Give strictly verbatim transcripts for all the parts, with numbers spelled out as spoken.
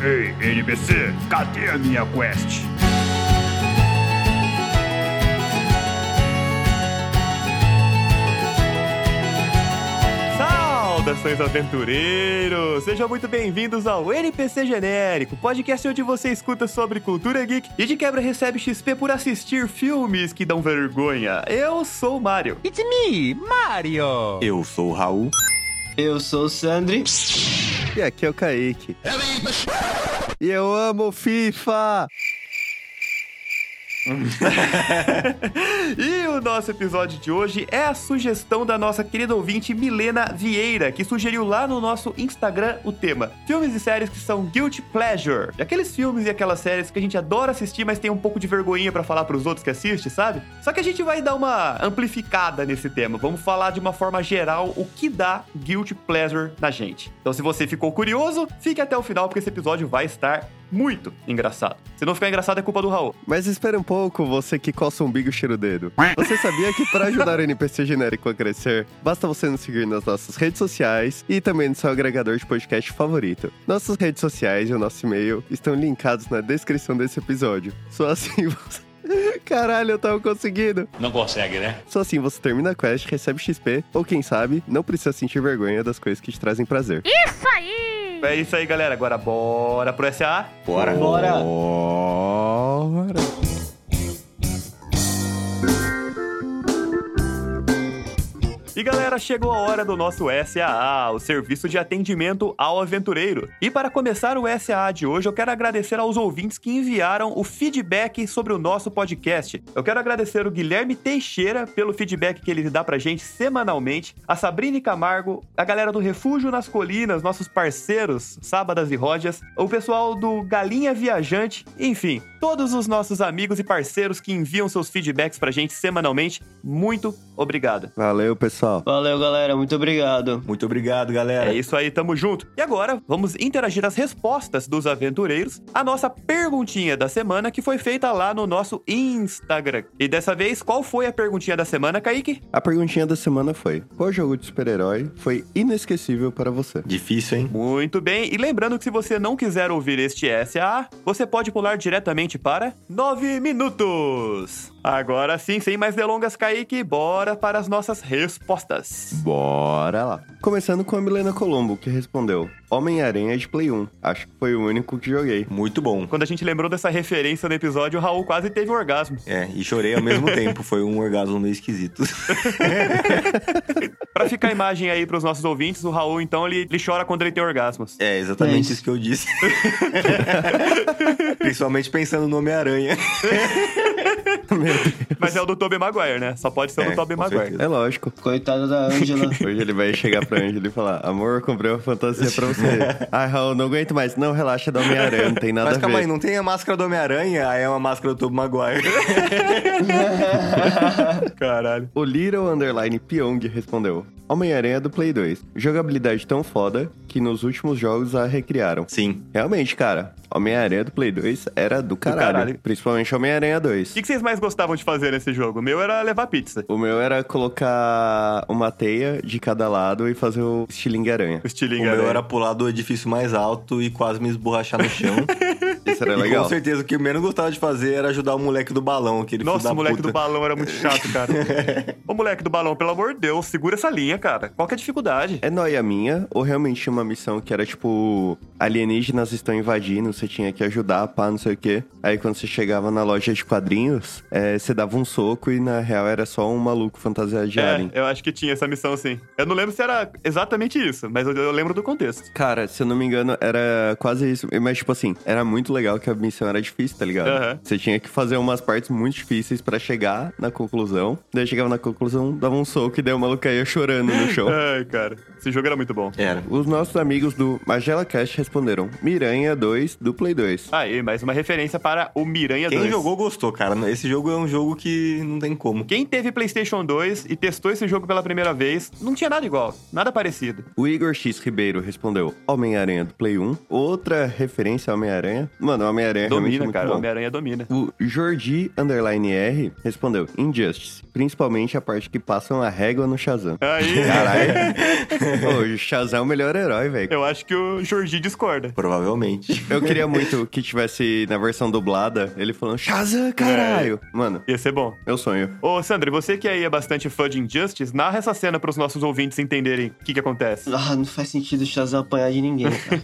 Ei, N P C, cadê a minha quest? Saudações, aventureiros! Sejam muito bem-vindos ao N P C Genérico, podcast onde você escuta sobre cultura geek e de quebra recebe X P por assistir filmes que dão vergonha. Eu sou o Mario. It's me, Mario! Eu sou o Raul. Eu sou o Sandri. E aqui é o Kaique. E eu amo FIFA! E o nosso episódio de hoje é a sugestão da nossa querida ouvinte Milena Vieira, que sugeriu lá no nosso Instagram o tema filmes e séries que são guilty pleasure. Aqueles filmes e aquelas séries que a gente adora assistir, mas tem um pouco de vergonhinha pra falar pros outros que assiste, sabe? Só que a gente vai dar uma amplificada nesse tema. Vamos falar de uma forma geral o que dá guilty pleasure na gente. Então, se você ficou curioso, fique até o final, porque esse episódio vai estar muito engraçado. Se não ficar engraçado, é culpa do Raul. Mas espera um pouco, você que coça o umbigo e cheira o dedo. Você sabia que para ajudar o N P C Genérico a crescer, basta você nos seguir nas nossas redes sociais e também no seu agregador de podcast favorito. Nossas redes sociais e o nosso e-mail estão linkados na descrição desse episódio. Só assim você... Caralho, eu tava conseguindo. Não consegue, né? Só assim você termina a quest, recebe X P, ou quem sabe, não precisa sentir vergonha das coisas que te trazem prazer. Isso aí! É isso aí, galera. Agora bora pro S A? Bora. Bora! Bora! E galera, chegou a hora do nosso S A A, o Serviço de Atendimento ao Aventureiro. E para começar o S A A de hoje, eu quero agradecer aos ouvintes que enviaram o feedback sobre o nosso podcast. Eu quero agradecer o Guilherme Teixeira pelo feedback que ele dá pra gente semanalmente, a Sabrina Camargo, a galera do Refúgio nas Colinas, nossos parceiros, Sábadas e Rojas, o pessoal do Galinha Viajante, enfim, todos os nossos amigos e parceiros que enviam seus feedbacks pra gente semanalmente. Muito obrigado. Valeu, pessoal. Valeu, galera. Muito obrigado. Muito obrigado, galera. É isso aí, tamo junto. E agora, vamos interagir as respostas dos aventureiros à nossa perguntinha da semana que foi feita lá no nosso Instagram. E dessa vez, qual foi a perguntinha da semana, Kaique? A perguntinha da semana foi: qual jogo de super-herói foi inesquecível para você? Difícil, hein? Muito bem. E lembrando que se você não quiser ouvir este S A A, você pode pular diretamente para nove minutos. Agora sim, sem mais delongas, Kaique, bora para as nossas respostas. Bora lá. Começando com a Milena Colombo, que respondeu: Homem-Aranha de Play um. Acho que foi o único que joguei. Muito bom. Quando a gente lembrou dessa referência no episódio, o Raul quase teve um orgasmo. É, e chorei ao mesmo tempo. Foi um orgasmo meio esquisito. Pra ficar a imagem aí pros nossos ouvintes, o Raul, então, ele, ele chora quando ele tem orgasmos. É, exatamente É isso. isso que eu disse. Principalmente pensando no Homem-Aranha. Mas é o do Tobey Maguire, né? Só pode ser o É, do Tobey com Maguire. certeza. É lógico. Coitada da Ângela. Hoje ele vai chegar pra Angela e falar: amor, eu comprei uma fantasia pra você. Ai, Raul, não aguento mais. Não, relaxa, da Homem-Aranha, não tem nada Mas a calma ver. aí, não tem a máscara do Homem-Aranha, aí é uma máscara do Tobey Maguire. Caralho. O Little Underline Pyong respondeu: Homem-Aranha do Play dois. Jogabilidade tão foda que nos últimos jogos a recriaram. Sim. Realmente, cara, Homem-Aranha do Play dois era do caralho. caralho. Principalmente Homem-Aranha O dois. que, que vocês mais gostavam de fazer nesse jogo? O meu era levar pizza. O meu era colocar uma teia de cada lado e fazer o estilingue aranha. O estilingue O meu aranha. era pular do edifício mais alto e quase me esborrachar no chão. Isso era E legal. com certeza o que eu menos gostava de fazer era ajudar o moleque do balão, aquele Nossa, filho da o moleque puta. do balão era muito chato, cara. Ô, moleque do balão, pelo amor de Deus, segura essa linha, cara. Qual que é a dificuldade? É nóia minha, ou realmente tinha uma missão que era tipo: alienígenas estão invadindo, você tinha que ajudar, pá, não sei o quê. Aí quando você chegava na loja de quadrinhos, é, você dava um soco e na real era só um maluco fantasiado de alien. É, eu acho que tinha essa missão, sim. Eu não lembro se era exatamente isso, mas eu, eu lembro do contexto. Cara, se eu não me engano, era quase isso. Mas, tipo assim, era muito legal que a missão era difícil, tá ligado? Aham. Você tinha que fazer umas partes muito difíceis pra chegar na conclusão. Daí chegava na conclusão, dava um soco e daí o maluco caía chorando no chão. Ai, cara. Esse jogo era muito bom. Era. Os nossos amigos do Magela Cast responderam: Miranha dois do Play dois. Aí, mais uma referência para o Miranha Quem dois. jogou gostou, cara. Esse jogo é um jogo que não tem como. Quem teve PlayStation dois e testou esse jogo pela primeira vez, não tinha nada igual, nada parecido. O Igor X Ribeiro respondeu: Homem-Aranha do Play um. Outra referência ao Homem-Aranha. Mano, o Homem-Aranha é realmente Domina, muito cara. O bom. Homem-Aranha domina. O Jordi Underline R respondeu Injustice, principalmente a parte que passam a régua no Shazam. Aí, Caralho. Ô, o Shazam é o melhor herói, velho. eu acho que o Jordi discorda. Provavelmente. Eu queria muito que tivesse na versão dublada ele falando Shazam, caralho. Mano, Ia ser bom. meu sonho. Ô, Sandro, você que aí é bastante fã de Injustice, narra essa cena pros nossos ouvintes entenderem o que que acontece. Ah, não faz sentido o Shazam apanhar de ninguém, cara.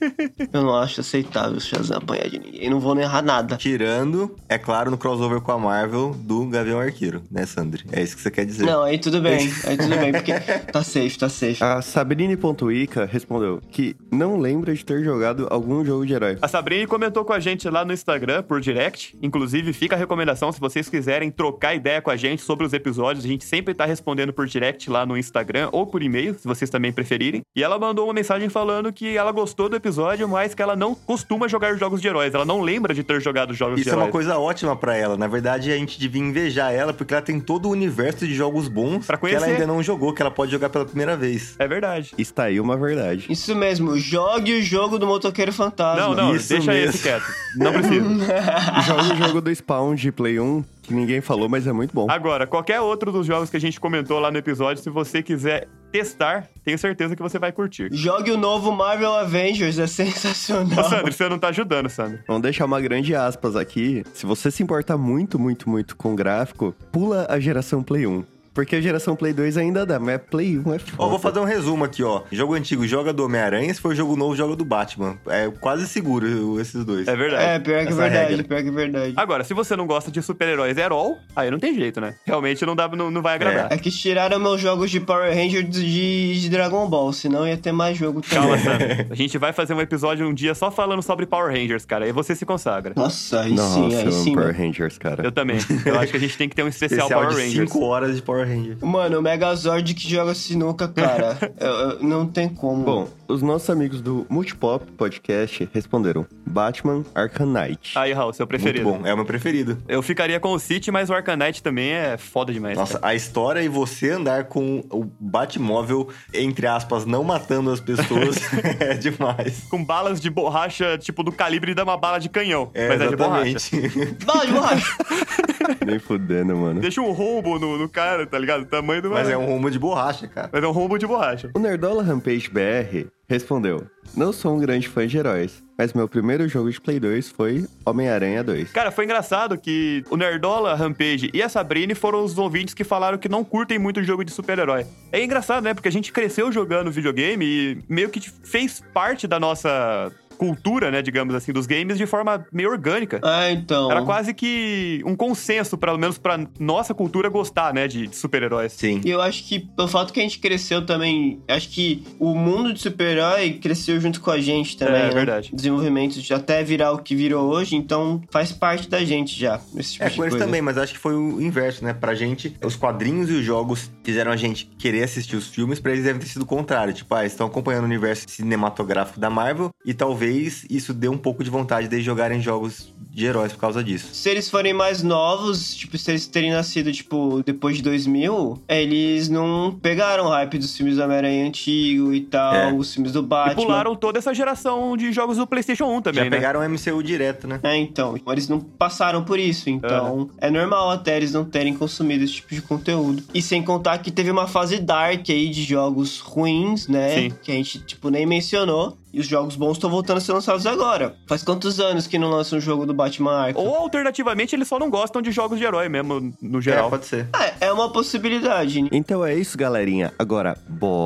Eu não acho aceitável o Shazam apanhar de ninguém. Não vou nem errar nada. Tirando, é claro, no crossover com a Marvel do Gavião Arqueiro, né, Sandri? É isso que você quer dizer. Não, aí tudo bem. Aí tudo bem, porque tá safe, tá safe. A Sabrine.ica respondeu que não lembra de ter jogado algum jogo de herói. A Sabrine comentou com a gente lá no Instagram, por direct. Inclusive, fica a recomendação, se vocês quiserem trocar ideia com a gente sobre os episódios, a gente sempre tá respondendo por direct lá no Instagram ou por e-mail, se vocês também preferirem. E ela mandou uma mensagem falando que ela gostou do episódio, mas que ela não costuma jogar jogos de heróis. Ela não lembra de ter jogado jogos Isso de é heróis. uma coisa ótima pra ela. Na verdade, a gente devia invejar ela, porque ela tem todo o universo de jogos bons Pra que ela conhecer. ainda não jogou, que ela pode jogar pela primeira vez. É verdade. Está aí uma verdade. Isso mesmo, jogue o jogo do Motoqueiro Fantasma. Não, não, Isso deixa mesmo. esse quieto. Não precisa. Joga o jogo do Spawn de Play um, que ninguém falou, mas é muito bom. Agora, qualquer outro dos jogos que a gente comentou lá no episódio, se você quiser testar, tenho certeza que você vai curtir. Jogue o novo Marvel Avengers, é Ô, sensacional. Sandro, você não tá ajudando, Sandro. Vamos deixar uma grande aspas aqui. Se você se importar muito, muito, muito com gráfico, pula a geração Play um. Porque a geração Play dois ainda dá, mas Play um é foda. Ó, vou fazer um resumo aqui, ó. Jogo antigo, joga do Homem-Aranha. Se for jogo novo, joga do Batman. É quase seguro esses dois. É verdade. É, pior que é Essa verdade, regra. pior que é verdade. Agora, se você não gosta de super-heróis herói, aí não tem jeito, né? Realmente não, dá, não, não vai agradar. É que tiraram meus jogos de Power Rangers de, de Dragon Ball, senão ia ter mais jogo também. Calma, Sandro. A gente vai fazer um episódio um dia só falando sobre Power Rangers, cara. Aí você se consagra. Nossa, aí Nossa, sim, aí eu sim. amo Power mano. Rangers, cara. Eu também. Eu acho que a gente tem que ter um especial, Especial Power de Rangers. cinco horas de Power Rangers. Mano, o Megazord que joga sinuca, cara, eu- eu- não tem como. Bom, os nossos amigos do Multipop Podcast responderam Batman Arkham Knight. Aí, Raul, seu preferido. Muito bom, é o meu preferido. Eu ficaria com o City, mas o Arcanite também é foda demais. Nossa, cara. a história e você andar com o Batmóvel, entre aspas, não matando as pessoas, é demais. Com balas de borracha, tipo, do calibre de uma bala de canhão. É, mas é de borracha. exatamente. Bala de borracha. Nem fudendo, mano. Deixa um rombo no, no cara, tá ligado? O tamanho do... Mas é um rumo de borracha, cara. Mas é um rombo de borracha. O Nerdola Rampage B R respondeu: não sou um grande fã de heróis, mas meu primeiro jogo de Play dois foi Homem-Aranha dois. Cara, foi engraçado que o Nerdola, Rampage e a Sabrine foram os ouvintes que falaram que não curtem muito jogo de super-herói. É engraçado, né? Porque a gente cresceu jogando videogame e meio que fez parte da nossa cultura, né, digamos assim, dos games de forma meio orgânica. Ah, então. Era quase que um consenso, pelo menos pra nossa cultura, gostar, né, de, de super-heróis. Sim. E eu acho que, pelo fato que a gente cresceu também, acho que o mundo de super-herói cresceu junto com a gente também, É, né? verdade. Desenvolvimento de até virar o que virou hoje, então faz parte da gente já, esse tipo É, de com eles coisa. também, mas acho que foi o inverso, né? Pra gente, os quadrinhos e os jogos fizeram a gente querer assistir os filmes, pra eles deve ter sido o contrário. Tipo, ah, eles estão acompanhando o universo cinematográfico da Marvel e talvez isso dê um pouco de vontade de jogarem jogos de heróis por causa disso. Se eles forem mais novos, tipo, se eles terem nascido, tipo, depois de dois mil, eles não pegaram o hype dos filmes do Homem-Aranha antigo e tal, É. os filmes do E Batman. pularam toda essa geração de jogos do PlayStation um também, Já né? pegaram o M C U direto, né? É, então, eles não passaram por isso, então é normal até eles não terem consumido esse tipo de conteúdo. E sem contar que teve uma fase dark aí de jogos ruins, né? Sim. Que a gente, tipo, nem mencionou. E os jogos bons estão voltando a ser lançados agora. Faz quantos anos que não lança um jogo do Batman Arkham? Ou, alternativamente, eles só não gostam de jogos de herói mesmo, no geral. É, pode ser. É, é uma possibilidade. Então é isso, galerinha. Agora,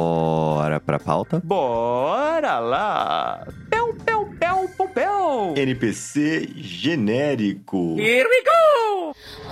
bora pra pauta? Bora lá! Pel, pel, pel, pel, pel! N P C genérico. Here we go!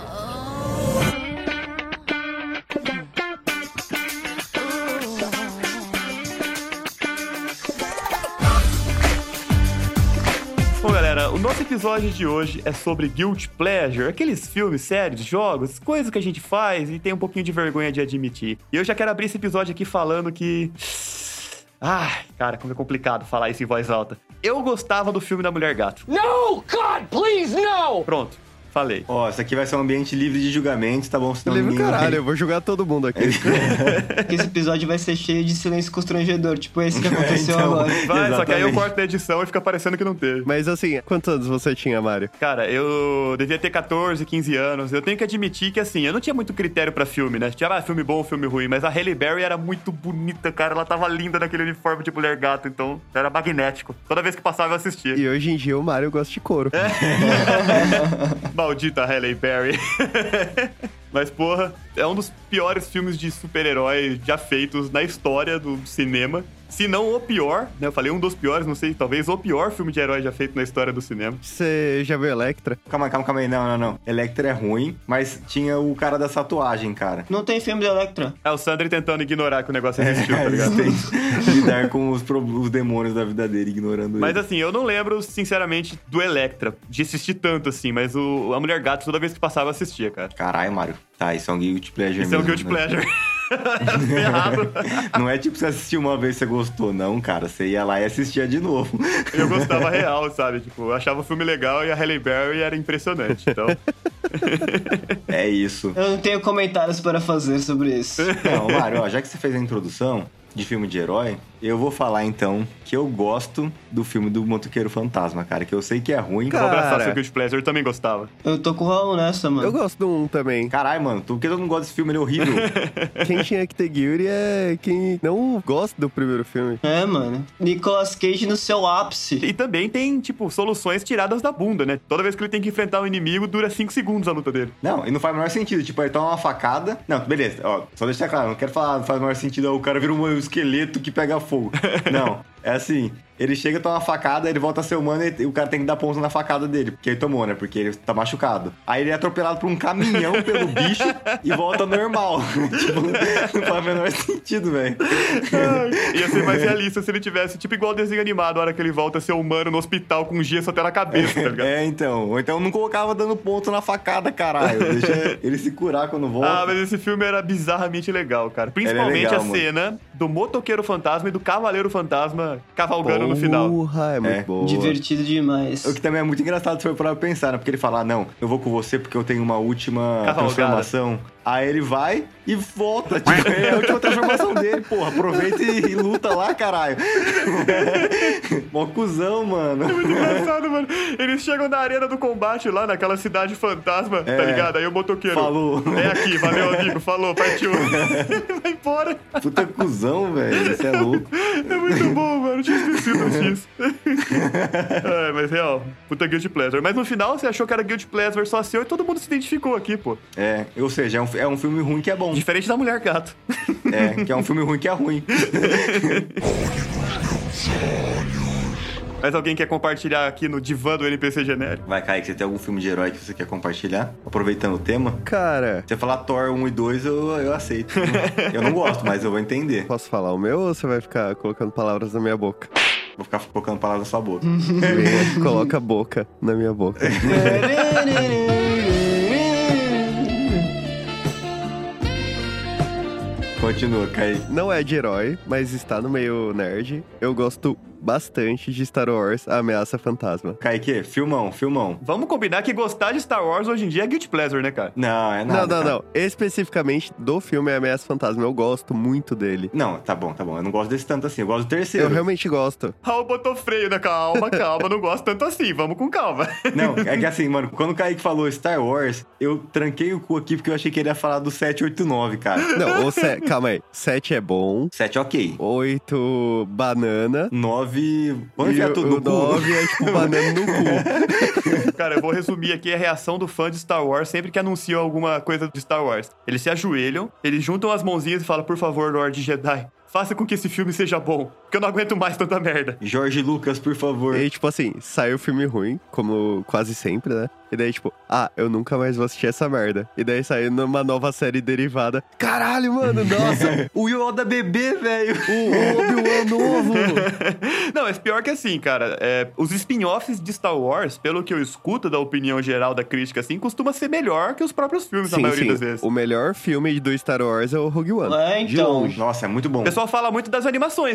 Bom, galera, o nosso episódio de hoje é sobre Guilty Pleasure, aqueles filmes, séries, jogos, coisas que a gente faz e tem um pouquinho de vergonha de admitir. E eu já quero abrir esse episódio aqui falando que... Ai, cara, como é complicado falar isso em voz alta. Eu gostava do filme da Mulher Gato. No, God, please, no! Pronto. Falei. Ó, isso aqui vai ser um ambiente livre de julgamentos, tá bom? Senão Livre ninguém vai- caralho, eu vou julgar todo mundo aqui. Porque esse episódio vai ser cheio de silêncio constrangedor, tipo esse que aconteceu Então, agora. Vai, só que aí eu Exatamente. corto da edição e fica parecendo que não teve. Mas assim, quantos anos você tinha, Mário? Cara, eu devia ter catorze, quinze anos. Eu tenho que admitir que, assim, eu não tinha muito critério pra filme, né? Tinha ah, filme bom, filme ruim, mas a Halle Berry era muito bonita, cara. Ela tava linda naquele uniforme de mulher gato, então era magnético. Toda vez que passava eu assistia. E hoje em dia o Mário gosta de couro. Maldita Halle Berry. Mas, porra, é um dos piores filmes de super-herói já feitos na história do cinema. Se não o pior, né? Eu falei um dos piores, não sei, talvez o pior filme de herói já feito na história do cinema. Você já viu Electra? Calma, calma, calma aí. Não, não, não. Electra é ruim, mas tinha o cara da tatuagem, cara. Não tem filme de Electra. É o Sandro tentando ignorar que o negócio existiu, tá ligado? Tem que lidar com os, pro- os demônios da vida dele, ignorando Mas ele. assim, eu não lembro, sinceramente, do Electra, de assistir tanto assim, mas o, a Mulher Gato, toda vez que passava, eu assistia, cara. Caralho, Mário. Tá, isso é um guilty pleasure Isso é um mesmo, guilty né? pleasure. Ferrado. Não é tipo você assistiu uma vez e você gostou, não, cara. Você ia lá e assistia de novo. Eu gostava real, sabe? Tipo, eu achava o filme legal e a Halle Berry era impressionante, então... É isso. Eu não tenho comentários para fazer sobre isso. Não, Mário, ó, já que você fez a introdução de filme de herói, eu vou falar então que eu gosto do filme do Motoqueiro Fantasma, cara, que eu sei que é ruim. Cara, Vou abraçar seu guilty pleasure, eu também gostava. Eu tô com o Raul nessa, mano. Eu gosto do um também. Caralho, mano, tu, por que tu não gosta desse filme? Ele é horrível. Quem tinha que ter guilty é quem não gosta do primeiro filme. É, mano. Nicolas Cage no seu ápice. E também tem, tipo, soluções tiradas da bunda, né? Toda vez que ele tem que enfrentar um inimigo, dura cinco segundos a luta dele. Não, e não faz o menor sentido. Tipo, ele toma uma facada. Não, beleza, ó, só deixar claro, não quero falar, não faz o menor sentido, ó, o cara vira um esqueleto que pega fogo. Não, é assim. Ele chega, toma uma facada, ele volta a ser humano e o cara tem que dar ponto na facada dele. Porque ele tomou, né? Porque ele tá machucado. Aí ele é atropelado por um caminhão pelo bicho e volta normal. Tipo, não faz o menor sentido, velho. Ai, ia ser mais realista se ele tivesse, tipo, igual o desenho animado, a hora que ele volta a ser humano no hospital com gesso até na cabeça, tá ligado? É, então. Ou então não colocava dando ponto na facada, caralho. Deixa ele se curar quando volta. Ah, mas esse filme era bizarramente legal, cara. Principalmente legal, a mano. cena do motoqueiro fantasma e do cavaleiro fantasma cavalgando no final. Porra, é muito É. boa. Divertido demais. O que também é muito engraçado se for parar pra pensar, né? Porque ele fala, ah, não, eu vou com você porque eu tenho uma última Cavalgada. transformação. Aí ele vai e volta. Tipo, é a última transformação dele, porra. Aproveita e, e luta lá, caralho. Mó cuzão, mano. Muito engraçado, mano. Eles chegam na arena do combate lá, naquela cidade fantasma, tá É. ligado? Aí o motoqueiro... Falou. É aqui, valeu, amigo, falou, partiu. Vai embora. Puta cuzão, velho. Isso é louco. É muito bom, mano. Eu tinha esquecido disso. É, mas real, puta guilty pleasure. Mas no final, você achou que era guilty pleasure só seu e todo mundo se identificou aqui, pô. É, ou seja, é um, é um filme ruim que é bom. Diferente da Mulher Gato. É, que é um filme ruim que é ruim. Mas alguém quer compartilhar aqui no divã do N P C genérico? Vai, Kaique, você tem algum filme de herói que você quer compartilhar? Aproveitando o tema? Cara, Se você falar Thor um e dois, eu, eu aceito. Eu não gosto, mas eu vou entender. posso falar o meu ou você vai ficar colocando palavras na minha boca? Vou ficar colocando palavras na sua boca. Venha, coloca a boca na minha boca. Continua, Kaique. Não é de herói, mas está no meio nerd. Eu gosto bastante de Star Wars, A Ameaça Fantasma. Kaique, filmão, filmão. Vamos combinar que gostar de Star Wars hoje em dia é guilty pleasure, né, cara? Não, é nada. não, não, cara. não. Especificamente do filme A Ameaça Fantasma. Eu gosto muito dele. Não, tá bom, tá bom. Eu não gosto desse tanto assim. Eu gosto do terceiro. Eu realmente gosto. Raul botou freio, né? Calma, calma, não gosto tanto assim, vamos com calma. Não, é que assim, mano, quando o Kaique falou Star Wars, eu tranquei o cu aqui porque eu achei que ele ia falar do sete, oito, nove, cara. Não, o se... calma aí. sete é bom. sete, ok. oito, banana. nove, vamos E enfiar o tudo no cu. nove é tipo banana no cu. Cara, eu vou resumir aqui a reação do fã de Star Wars sempre que anunciam alguma coisa de Star Wars. Eles se ajoelham, eles juntam as mãozinhas e falam, por favor, Lord Jedi, faça com que esse filme seja bom, porque eu não aguento mais tanta merda. Jorge Lucas, por favor. E aí, tipo assim, sai o filme ruim, como quase sempre, né? E daí, tipo, ah, eu nunca mais vou assistir essa merda. E daí sai numa nova série derivada. Caralho, mano, nossa, O Yoda bebê, velho. o, o Obi-Wan novo. Não, mas pior que assim, cara, é, os spin-offs de Star Wars, pelo que eu escuto da opinião geral da crítica, assim, costuma ser melhor que os próprios filmes, na Sim, maioria sim. das vezes. O melhor filme do Star Wars é o Rogue One. É, De então. longe. Nossa, é muito bom. O pessoal fala muito das animações também, que são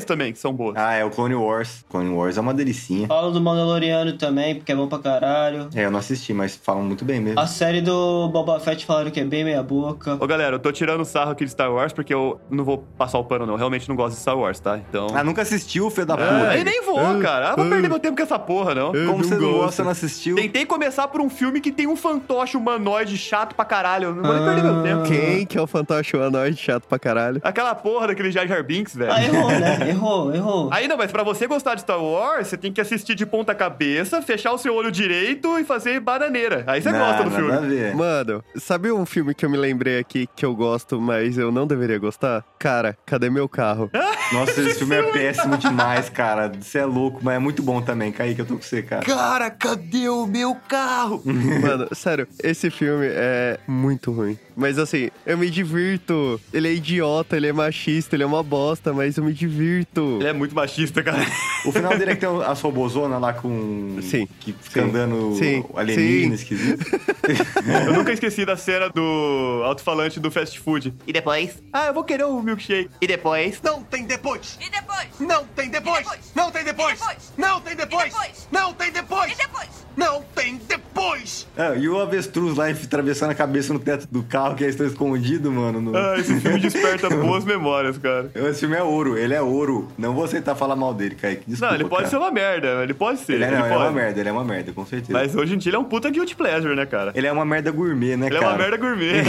são boas. Ah, é o Clone Wars. Clone Wars é uma delicinha. Falo do Mandaloriano também, porque é bom pra caralho. É, eu não assisti, mas falam muito bem mesmo. A série do Boba Fett falaram que é bem meia boca. Ô, galera, eu tô tirando sarro aqui de Star Wars porque eu não vou passar o pano, não. Eu realmente não gosto de Star Wars, tá? Então... Ah, nunca assistiu, filho da Ah, puta. e nem vou, cara. Ah, vou perder meu tempo com essa porra, não. Como você não gosto. gosta, não assistiu? Tentei começar por um filme que tem um fantoche humanoide chato pra caralho. Eu não vou nem perder meu tempo. Quem que é o fantoche humanoide chato pra caralho? Aquela porra daquele Jar Jar Binks, velho. Ah, errou, né? Errou, errou. Aí não, mas pra você gostar de Star Wars, você tem que assistir de ponta cabeça, fechar o seu olho direito e fazer bananeira. Aí você Não, gosta do nada filme. a ver. Mano, sabe um filme que eu me lembrei aqui que eu gosto, mas eu não deveria gostar? Cara, Cadê Meu Carro? Nossa, esse filme é péssimo demais, cara. Você é louco, mas é muito bom também. Kaique, eu tô com você, cara. Cara, cadê o meu carro? Mano, sério, esse filme é muito ruim. Mas assim, eu me divirto. Ele é idiota, ele é machista, ele é uma bosta, mas eu me divirto. Ele é muito machista, cara. O final dele é que tem as robozonas lá com... Sim. Que fica Sim. andando Sim. alienígena, Sim. esquisito. Eu nunca esqueci da cena do alto-falante do fast food. E depois? Ah, eu vou querer um milkshake. E depois? Não tem depois! E depois? Não tem depois! E depois? Não tem depois! E depois? Não tem depois! E depois? Não tem depois! E depois? Não tem depois! Ah, e o avestruz lá atravessando a cabeça no teto do carro, que eles estão escondidos, mano. No... Ah, esse filme desperta boas memórias, cara. Esse filme é ouro, ele é ouro. Não vou aceitar falar mal dele, Kaique. Desculpa, Não, ele pode cara. ser uma merda, ele pode ser. Ele, é, ele não, ele é pode. uma merda, ele é uma merda, com certeza. Mas hoje em dia ele é um puta guilty pleasure, né, cara? Ele é uma merda gourmet, né, Ele cara? é uma merda gourmet.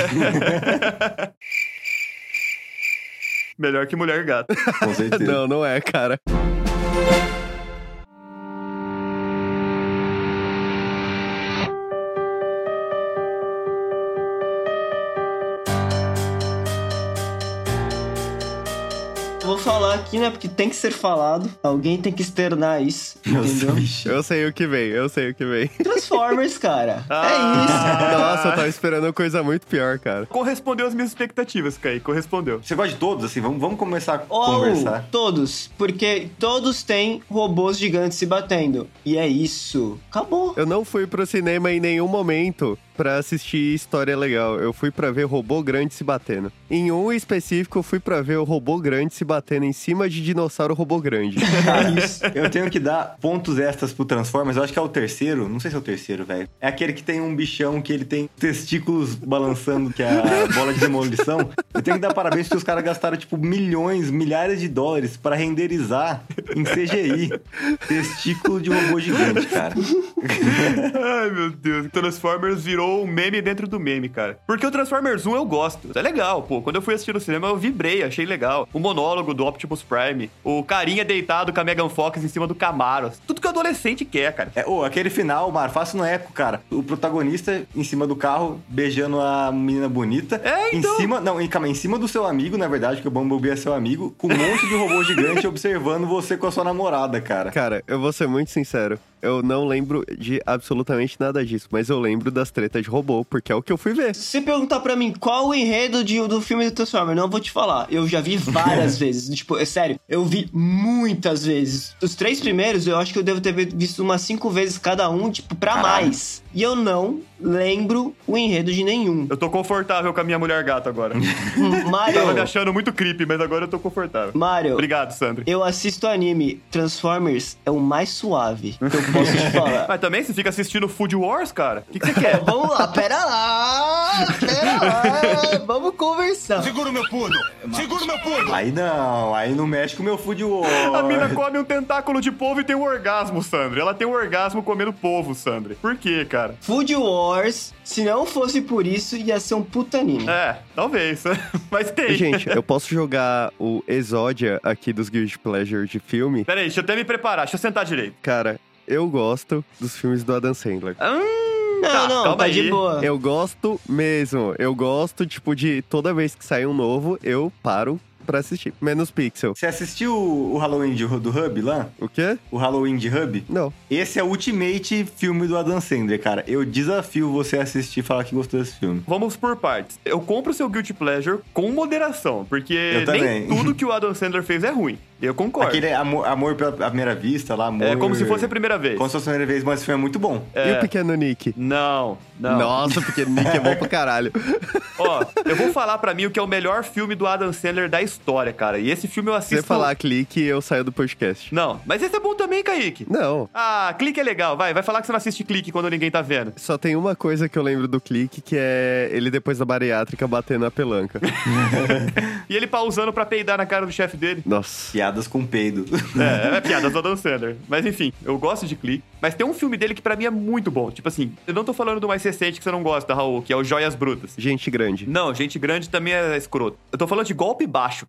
Melhor que Mulher Gato. Com certeza. Não, não é, cara. Vou falar aqui, né? Porque tem que ser falado. Alguém tem que externar isso, Nossa, entendeu? bicho. Eu sei o que vem, eu sei o que vem. Transformers, cara. Ah. É isso. Nossa, eu tava esperando coisa muito pior, cara. Correspondeu às minhas expectativas, Kaique. Correspondeu. Você gosta de todos, assim? Vamos, vamos começar a Ou conversar. todos, porque todos têm robôs gigantes se batendo. E é isso. Acabou. Eu não fui pro cinema em nenhum momento pra assistir história legal. Eu fui pra ver robô grande se batendo. Em um específico, eu fui pra ver o robô grande se batendo em cima de dinossauro robô grande. Eu tenho que dar pontos extras pro Transformers. Eu acho que é o terceiro. Não sei se é o terceiro, velho. É aquele que tem um bichão que ele tem testículos balançando, que é a bola de demolição. Eu tenho que dar parabéns porque os caras gastaram, tipo, milhões, milhares de dólares pra renderizar em C G I testículo de robô gigante, cara. Ai, meu Deus. Transformers virou um meme dentro do meme, cara. Porque o Transformers um eu gosto. É legal, pô. Quando eu fui assistir no cinema, eu vibrei, achei legal. O monólogo do Optimus Prime. O carinha deitado com a Megan Fox em cima do Camaro. Tudo que o adolescente quer, cara. É, ô, aquele final, Mar, faça no eco, cara. O protagonista em cima do carro, beijando a menina bonita. É, então. Em cima, não, em, calma, em cima do seu amigo, na verdade, que o Bumblebee é seu amigo, com um monte de robô gigante observando você com a sua namorada, cara. Cara, eu vou ser muito sincero. Eu não lembro de absolutamente nada disso, mas eu lembro das tretas de robô, porque é o que eu fui ver. Se você perguntar pra mim qual o enredo de, do filme do Transformers, não vou te falar. Eu já vi várias vezes. Tipo, é sério, eu vi muitas vezes. Os três primeiros, eu acho que eu devo ter visto umas cinco vezes cada um, tipo, pra Caralho. mais. E eu não lembro o enredo de nenhum. Eu tô confortável com a minha mulher gato agora. Mario, Tava me achando muito creepy, mas agora eu tô confortável. Mario, Obrigado, Sandro. eu assisto anime. Transformers é o mais suave que eu posso te falar. Mas também você fica assistindo Food Wars, cara? O que, que você quer? Vamos lá, pera lá, pera lá, vamos conversar. Segura o meu pudo! Segura o meu pudo! Aí não, aí não mexe com o meu food war. A mina come um tentáculo de polvo e tem um orgasmo, Sandro. Ela tem um orgasmo comendo polvo, Sandro. Por quê, cara? Food Wars, se não fosse por isso, ia ser um puta anime. É, talvez. Mas tem. Gente, eu posso jogar o Exódia aqui dos Guilty Pleasure de filme? Pera aí, deixa eu até me preparar. Deixa eu sentar direito. Cara, eu gosto dos filmes do Adam Sandler. Hum, Não, tá, não, calma tá aí. de boa. Eu gosto mesmo. Eu gosto, tipo, de toda vez que sai um novo, eu paro pra assistir. Menos Pixel. Você assistiu o Halloween de- do Hub lá? O quê? O Halloween de Hub? Não. Esse é o ultimate filme do Adam Sandler, cara. Eu desafio você a assistir e falar que gostou desse filme. Vamos por partes. Eu compro o seu Guilty Pleasure com moderação, porque Eu nem também. tudo que o Adam Sandler fez é ruim. Eu concordo. Aquele amor, amor pela primeira vista lá, amor... É como se fosse a primeira vez. Como se fosse a primeira vez, mas esse filme é muito bom. É. E o Pequeno Nick? Não, não. Nossa, o Pequeno Nick é bom pra caralho. Ó, eu vou falar pra mim o que é o melhor filme do Adam Sandler da história, cara. E esse filme eu Se você assisto... falar clique, eu saio do podcast. Não, mas esse é bom também, Kaique. Não. Ah, Clique é legal, vai. Vai falar que você não assiste Clique quando ninguém tá vendo. Só tem uma coisa que eu lembro do clique, que é ele depois da bariátrica batendo a pelanca. E ele pausando pra peidar na cara do chefe dele. Nossa. Piadas com peido. É, é piadas do Adam Sandler. Mas enfim, eu gosto de Clique. Mas tem um filme dele que pra mim é muito bom. Tipo assim, eu não tô falando do mais recente que você não gosta, Raul, que é o Joias Brutas. Gente grande. Não, Gente Grande também é escroto. Eu tô falando de Golpe Baixo.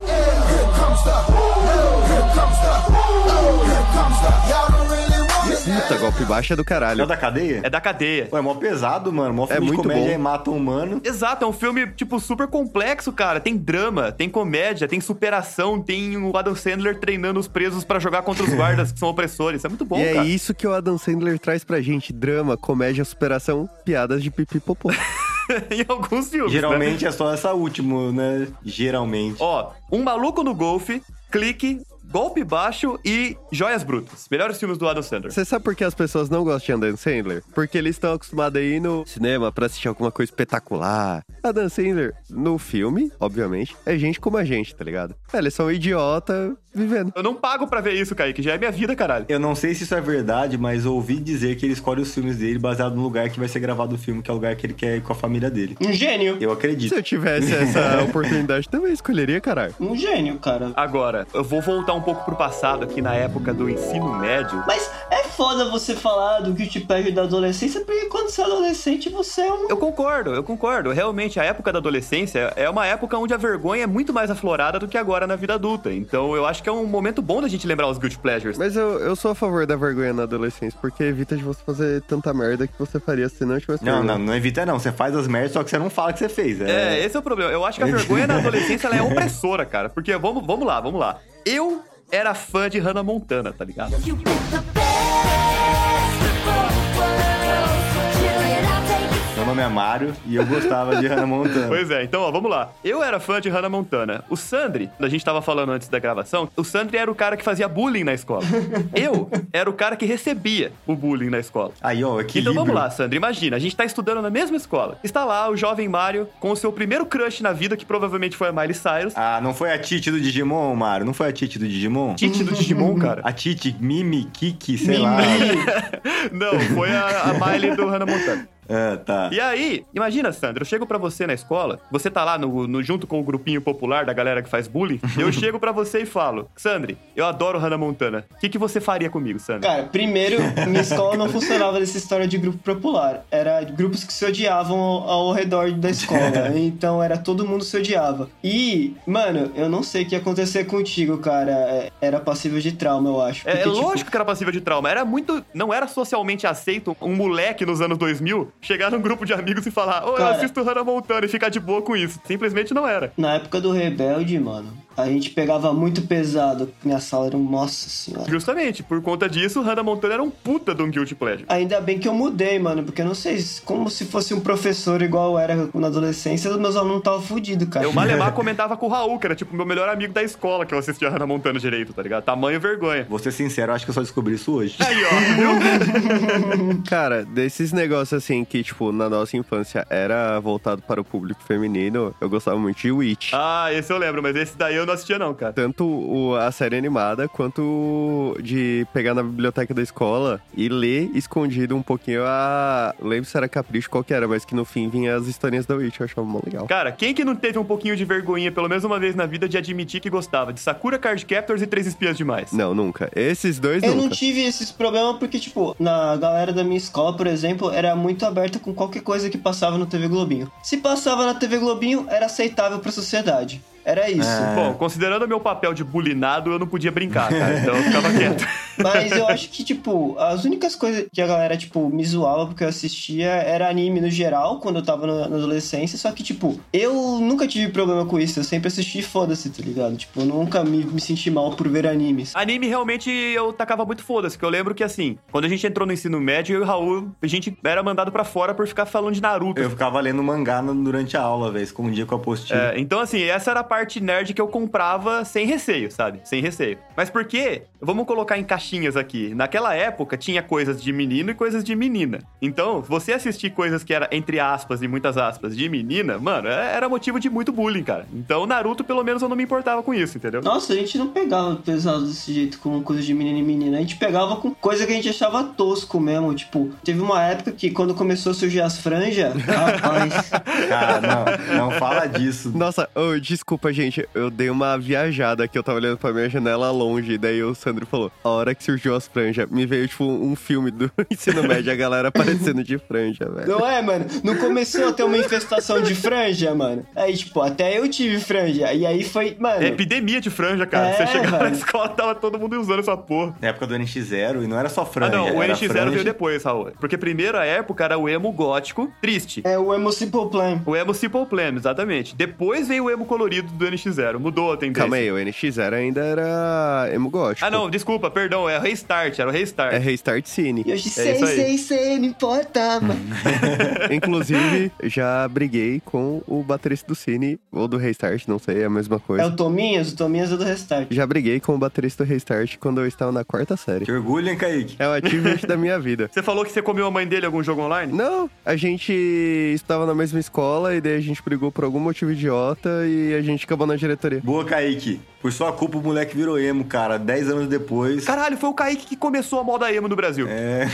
Puta, golpe baixo é do É caralho. da cadeia? É da cadeia. Pô, é mó pesado, mano. Mó filme É de muito comédia bom. e mata um humano. Exato, é um filme, tipo, super complexo, cara. Tem drama, tem comédia, tem superação, tem o Adam Sandler treinando os presos pra jogar contra os guardas que são opressores. É muito bom, e é cara. isso que o Adam Sandler traz pra gente. Drama, comédia, superação, piadas de pipi popô. Em alguns filmes, né? Geralmente é só essa última, né? Geralmente. Ó, Um Maluco no Golfe, Clique, Golpe Baixo e Joias Brutas. Melhores filmes do Adam Sandler. Você sabe por que as pessoas não gostam de Adam Sandler? Porque eles estão acostumados a ir no cinema pra assistir alguma coisa espetacular. Adam Sandler, no filme, obviamente, é gente como a gente, tá ligado? É, eles são idiota vivendo. Eu não pago pra ver isso, Kaique. Já é minha vida, caralho. Eu não sei se isso é verdade, mas ouvi dizer que ele escolhe os filmes dele baseado no lugar que vai ser gravado o filme, que é o lugar que ele quer ir com a família dele. Um gênio. Eu Se acredito. eu tivesse essa oportunidade, também escolheria, caralho. Um gênio, cara. Agora, eu vou voltar um pouco pro passado aqui na época do ensino médio. Mas é foda você falar do guilty pleasure da adolescência, porque quando você é adolescente, você é um... Eu concordo, eu concordo. Realmente, a época da adolescência é uma época onde a vergonha é muito mais aflorada do que agora na vida adulta. Então, eu acho que é um momento bom da gente lembrar os guilty pleasures. Mas eu, eu sou a favor da vergonha na adolescência, porque evita de você fazer tanta merda que você faria se não tivesse Não, vergonha. não, não evita não. Você faz as merdas, só que você não fala que você fez. É, esse é o problema. Eu acho que a vergonha na adolescência ela é opressora, cara. Porque, vamos, vamos lá, vamos lá. Eu era fã de Hannah Montana, tá ligado? You pick the best of both worlds. Chill it out, take it. Meu nome é Mário e eu gostava de Hannah Montana. Pois é, então, ó, vamos lá. Eu era fã de Hannah Montana. O Sandri, a gente tava falando antes da gravação, o Sandri era o cara que fazia bullying na escola. Eu era o cara que recebia o bullying na escola. Aí, ó, equilíbrio. Então vamos lá, Sandra, imagina, a gente tá estudando na mesma escola. Está lá o jovem Mario com o seu primeiro crush na vida, que provavelmente foi a Miley Cyrus. Ah, não foi a Titi do Digimon, Mário? Não foi a Titi do Digimon? Titi do Digimon, cara. A Titi, Mimi, Kiki, sei lá. Não, foi a, a Miley do Hannah Montana. Ah, tá. E aí, imagina, Sandra, eu chego pra você na escola, você tá lá no, no- junto com o grupinho popular da galera que faz bullying, eu chego pra você e falo, Sandri, eu adoro Hannah Montana. O que, que você faria comigo, Sandra? Cara, primeiro, minha escola não funcionava dessa história de grupo popular. Era grupos que se odiavam ao, ao redor da escola. Então era todo mundo se odiava. E, mano, eu não sei o que ia acontecer contigo, cara. É, Era passível de trauma, eu acho. É, é Porque, tipo, lógico que era passível de trauma. Era muito. Não era socialmente aceito um moleque nos anos dois mil chegar num grupo de amigos e falar: Ô, eu Cara. assisto Hannah Montana e ficar de boa com isso. Simplesmente não era. Na época do Rebelde, mano, a gente pegava muito pesado. Minha sala era um... Nossa senhora. Justamente, por conta disso, Hannah Montana era um puta de um guilty pleasure. Ainda bem que eu mudei, mano, porque eu não sei, como se fosse um professor igual eu era na adolescência, os meus alunos estavam fodidos, cara. Eu, Malemar, comentava com o Raul, que era tipo meu melhor amigo da escola, que eu assistia Hannah Montana direito, tá ligado? Tamanho vergonha. Vou ser sincero, eu acho que eu só descobri isso hoje. Aí, ó, viu? Cara, desses negócios assim que, tipo, na nossa infância era voltado para o público feminino, eu gostava muito de Witch. Ah, esse eu lembro, mas esse daí eu não assistia não, cara. Tanto o- a série animada, quanto de pegar na biblioteca da escola e ler escondido um pouquinho a... Lembro se era Capricho, qual que era, mas que no fim vinha as historinhas da Witch, eu achava mó legal. Cara, quem que não teve um pouquinho de vergonha, pelo menos uma vez na vida, de admitir que gostava de Sakura Card Captors e Três Espiãs Demais? Não, nunca. Esses dois Eu não nunca. tive esses problemas porque, tipo, na galera da minha escola, por exemplo, era muito aberta com qualquer coisa que passava no T V Globinho. Se passava na T V Globinho, era aceitável pra sociedade. Era isso. É. Bom, considerando o meu papel de bulinado, eu não podia brincar, cara. Então eu ficava quieto. Mas eu acho que, tipo, as únicas coisas que a galera, tipo, me zoava porque eu assistia era anime no geral, quando eu tava na, na adolescência. Só que, tipo, eu nunca tive problema com isso. Eu sempre assisti e foda-se, tá ligado? Tipo, eu nunca me, me senti mal por ver animes. Anime, realmente, eu tacava muito foda-se. Que eu lembro que, assim, quando a gente entrou no ensino médio, eu e o Raul, a gente era mandado pra fora por ficar falando de Naruto. Eu ficava lendo mangá no- durante a aula, velho. Escondia com a apostila. É, então, assim, essa era a parte nerd que eu comprava sem receio, sabe? Sem receio. Mas por quê? Vamos colocar em caixinhas aqui. Naquela época, tinha coisas de menino e coisas de menina. Então, você assistir coisas que era, entre aspas e muitas aspas, de menina, mano, é- era motivo de muito bullying, cara. Então, Naruto, pelo menos, eu não me importava com isso, entendeu? Nossa, a gente não pegava pesado desse jeito com coisa de menino e menina. A gente pegava com coisa que a gente achava tosco mesmo. Tipo, teve uma época que quando começou a surgir as franjas, rapaz. Cara, não, não fala disso. Nossa, oh, desculpa, gente. Eu dei uma viajada aqui. Eu tava olhando pra minha janela longe. Daí o Sandro falou: a hora que surgiu as franjas, me veio, tipo, um filme do ensino médio, a galera aparecendo de franja, velho. Não é, mano? Não começou a ter uma infestação de franja, mano? Aí, tipo, até eu tive franja. E aí foi, mano. É epidemia de franja, cara. É, você chegava na velho. escola, tava todo mundo usando essa porra. Na época do N X zero, e não era só Ah, franja. não, o era N X zero franja. veio depois, Raul. Porque primeiro a época era o emo gótico triste. É o Emo Simple Plan. O emo Simple Plan, exatamente. Depois veio o emo colorido do N X zero. Mudou a tendência. Calma aí, o N X zero ainda era emo gótico. Ah, não, desculpa, perdão. É o Restart, era o Restart. É Restart Cine. E hoje, É sei, isso aí. sei, sei, não importa, mano. Inclusive, já briguei com o baterista do Cine, ou do Restart, não sei, é a mesma É coisa. o Tominhas? O Tominhas é do Restart. Já briguei com o baterista do Restart quando eu estava na quarta série. Que orgulho, hein, Kaique? É o achievement da minha vida. Você falou que você comeu a mãe dele em algum jogo online? Não, a gente estava na mesma escola e daí a gente brigou por algum motivo idiota e a gente acabou na diretoria. Boa, Kaique. Por sua culpa, o moleque virou emo, cara. Dez anos depois. Caralho, foi o Kaique que começou a moda emo no Brasil. É.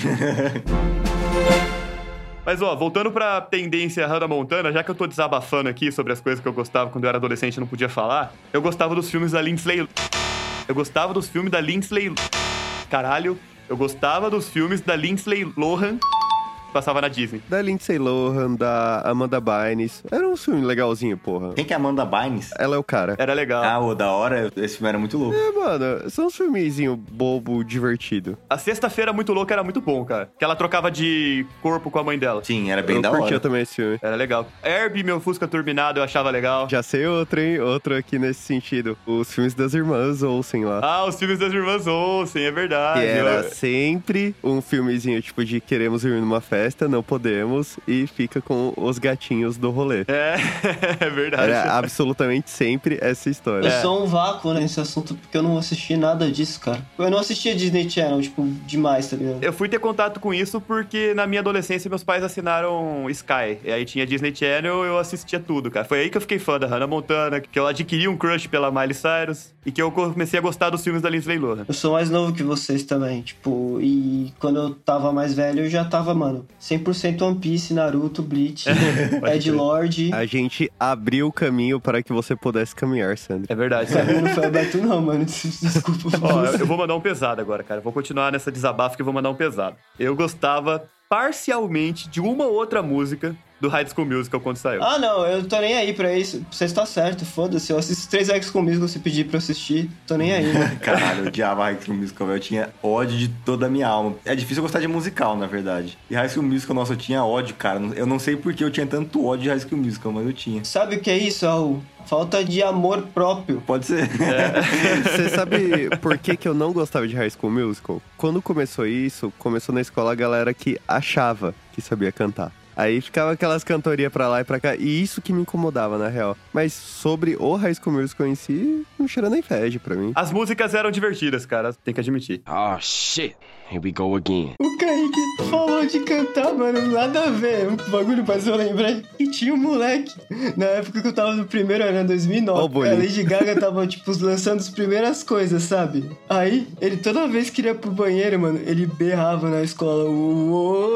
Mas, ó, voltando pra tendência Hannah Montana, já que eu tô desabafando aqui sobre as coisas que eu gostava quando eu era adolescente e não podia falar, eu gostava dos filmes da Lindsay... Eu gostava dos filmes da Lindsay... Caralho, eu gostava dos filmes da Lindsay Lohan que passava na Disney. Da Lindsay Lohan, da Amanda Bynes. Era um filme legalzinho, porra. Quem que é Amanda Bynes? Ela é o cara. Era legal. Ah, ô, da hora. Esse filme era muito louco. É, mano, são uns filmezinho bobo, divertido. A Sexta-feira Muito Louca era muito bom, cara. Que ela trocava de corpo com a mãe dela. Sim, era bem eu da curtia hora. também esse filme. Era legal. Herbie, Meu Fusca Turbinado, eu achava legal. Já sei outro, hein? Outro aqui nesse sentido. Os filmes das irmãs Olsen lá. Ah, os filmes das Irmãs Olsen, é verdade. Que era Eu- sempre um filmezinho, tipo, de queremos ir numa festa, não podemos, e fica com os gatinhos do rolê. É, é verdade. Era absolutamente sempre essa história. Eu sou um vácuo nesse assunto porque eu não assisti nada disso, cara. Eu não assistia Disney Channel, tipo, demais, tá ligado? Eu fui ter contato com isso porque na minha adolescência meus pais assinaram Sky. E aí tinha Disney Channel, eu assistia tudo, cara. Foi aí que eu fiquei fã da Hannah Montana, que eu adquiri um crush pela Miley Cyrus e que eu comecei a gostar dos filmes da Lindsay Lohan. Eu sou mais novo que vocês também, tipo, e quando eu tava mais velho, eu já tava, mano, cem por cento One Piece, Naruto, Bleach, Ed Lord. A gente abriu o caminho para que você pudesse caminhar, Sandro. É verdade. O caminho não foi aberto não, mano, desculpa. Ó, eu eu vou mandar um pesado agora, cara. Vou continuar nessa desabafo que eu vou mandar um pesado. Eu gostava parcialmente de uma outra música do High School Musical quando saiu. Ah, não, eu tô nem aí pra isso. Você está certo, foda-se. Eu assisto três X comigo se pedir pra eu assistir. Tô nem aí, mano. Caralho, eu odiava High School Musical, velho. Eu tinha ódio de toda a minha alma. É difícil eu gostar de musical, na verdade. E High School Musical, nossa, eu tinha ódio, cara. Eu não sei por que eu tinha tanto ódio de High School Musical, mas eu tinha. Sabe o que é isso, Raul? Falta de amor próprio. Pode ser. Você sabe por que, que eu não gostava de High School Musical? Quando começou isso, começou na escola a galera que achava que sabia cantar. Aí ficava aquelas cantorias pra lá e pra cá, e isso que me incomodava, na real. Mas sobre o High School Musical em si, não cheira nem fede pra mim. As músicas eram divertidas, cara. Tem que admitir. Oh, shit. Here we go again. O Kaique falou de cantar, mano, nada a ver. Um bagulho, mas eu lembrei que tinha um moleque. Na época que eu tava no primeiro ano, em dois mil e nove, Ó o a bullying. Lady Gaga tava, tipo, lançando as primeiras coisas, sabe? Aí, ele toda vez que ia pro banheiro, mano, ele berrava na escola.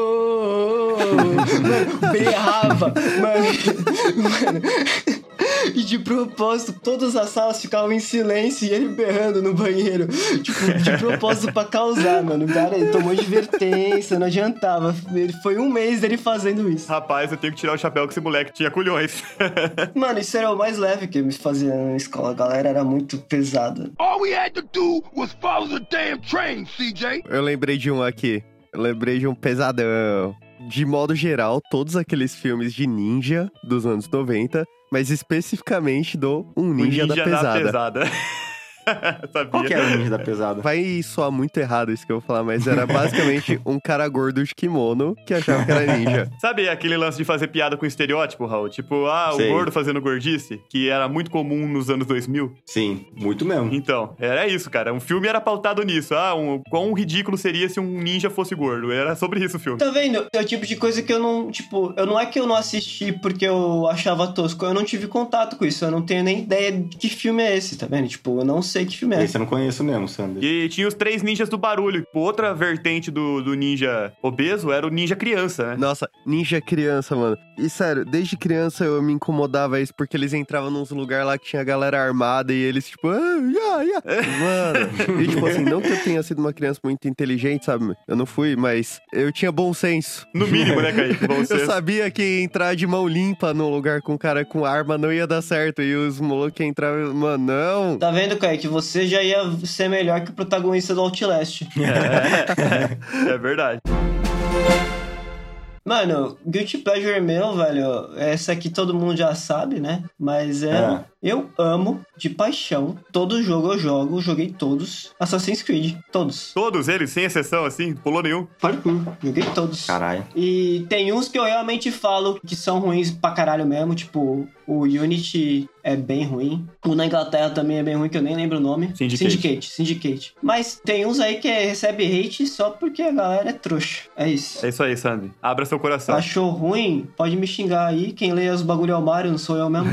Uou, mano, berrava. Mano, mano, E de propósito, todas as salas ficavam em silêncio e ele berrando no banheiro. Tipo, de propósito pra causar, mano. O cara ele tomou advertência, não adiantava. Ele foi um mês dele fazendo isso. Rapaz, eu tenho que tirar o chapéu que esse moleque tinha culhões. Mano, isso era o mais leve que me fazia na escola. A galera era muito pesada. All we had to do was follow the damn train, C J. Eu lembrei de um aqui. Eu lembrei de um pesadão. De modo geral, todos aqueles filmes de ninja dos anos noventa, mas especificamente do Um Ninja, o ninja da Pesada. Da pesada. Sabia? Qual que era o ninja da pesada? Vai soar muito errado isso que eu vou falar, mas era basicamente um cara gordo de kimono que achava que era ninja. Sabe aquele lance de fazer piada com estereótipo, Raul? Tipo, ah, Sei. o gordo fazendo gordice, que era muito comum nos anos dois mil. Sim, muito mesmo. Então, era isso, cara. Um filme era pautado nisso. Ah, um, quão ridículo seria se um ninja fosse gordo. Era sobre isso o filme. Tá vendo? É o tipo de coisa que eu não, tipo, eu não é que eu não assisti porque eu achava tosco, eu não tive contato com isso, eu não tenho nem ideia de que filme é esse, tá vendo? Tipo, eu não sei que filme é esse. Esse eu não conheço mesmo, Sander. E tinha os três ninjas do barulho. Tipo, outra vertente do, do ninja obeso era o ninja criança, né? Nossa, ninja criança, mano. E sério, desde criança eu me incomodava isso, porque eles entravam nos lugares lá que tinha galera armada e eles, tipo, ah, yeah, yeah. Mano, e tipo assim, não que eu tenha sido uma criança muito inteligente, sabe? Eu não fui, mas eu tinha bom senso. No mínimo, né, Kaique? Bom Eu senso. sabia que entrar de mão limpa num lugar com um cara com arma não ia dar certo. E os moleques que entravam, mano, não. Tá vendo, Kaique? Você já ia ser melhor que o protagonista do Outlast. É, é verdade. Mano, Guilty Pleasure meu, velho, essa aqui todo mundo já sabe, né? Mas é... É. Eu amo, de paixão, todo jogo eu jogo, joguei todos. Assassin's Creed, todos. Todos eles, sem exceção, assim, pulou nenhum. Parkour, joguei todos. Caralho. E tem uns que eu realmente falo que são ruins pra caralho mesmo, tipo, o Unity é bem ruim. O na Inglaterra também é bem ruim, que eu nem lembro o nome. Syndicate. Syndicate, Syndicate. Mas tem uns aí que é- recebe hate só porque a galera é trouxa. É isso. É isso aí, Sandy. Abra seu coração. Achou ruim? Pode me xingar aí. Quem lê os bagulho é o Mario, não sou eu mesmo.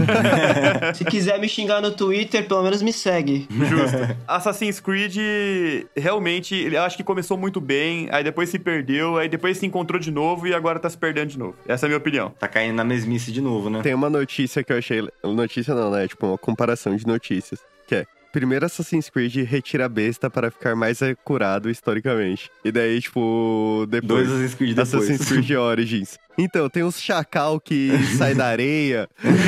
Se quiser me xingar no Twitter, pelo menos me segue. Justo. Assassin's Creed, realmente, eu acho que começou muito bem, aí depois se perdeu, aí depois se encontrou de novo e agora tá se perdendo de novo. Essa é a minha opinião. Tá caindo na mesmice de novo, né? Tem uma notícia que eu achei... Notícia não, né? Tipo, uma comparação de notícias. Que é... Primeiro Assassin's Creed retira a besta para ficar mais acurado historicamente. E daí, tipo, depois... Dois Assassin's Creed depois. Assassin's Creed Origins. Então, tem uns chacal que sai da areia.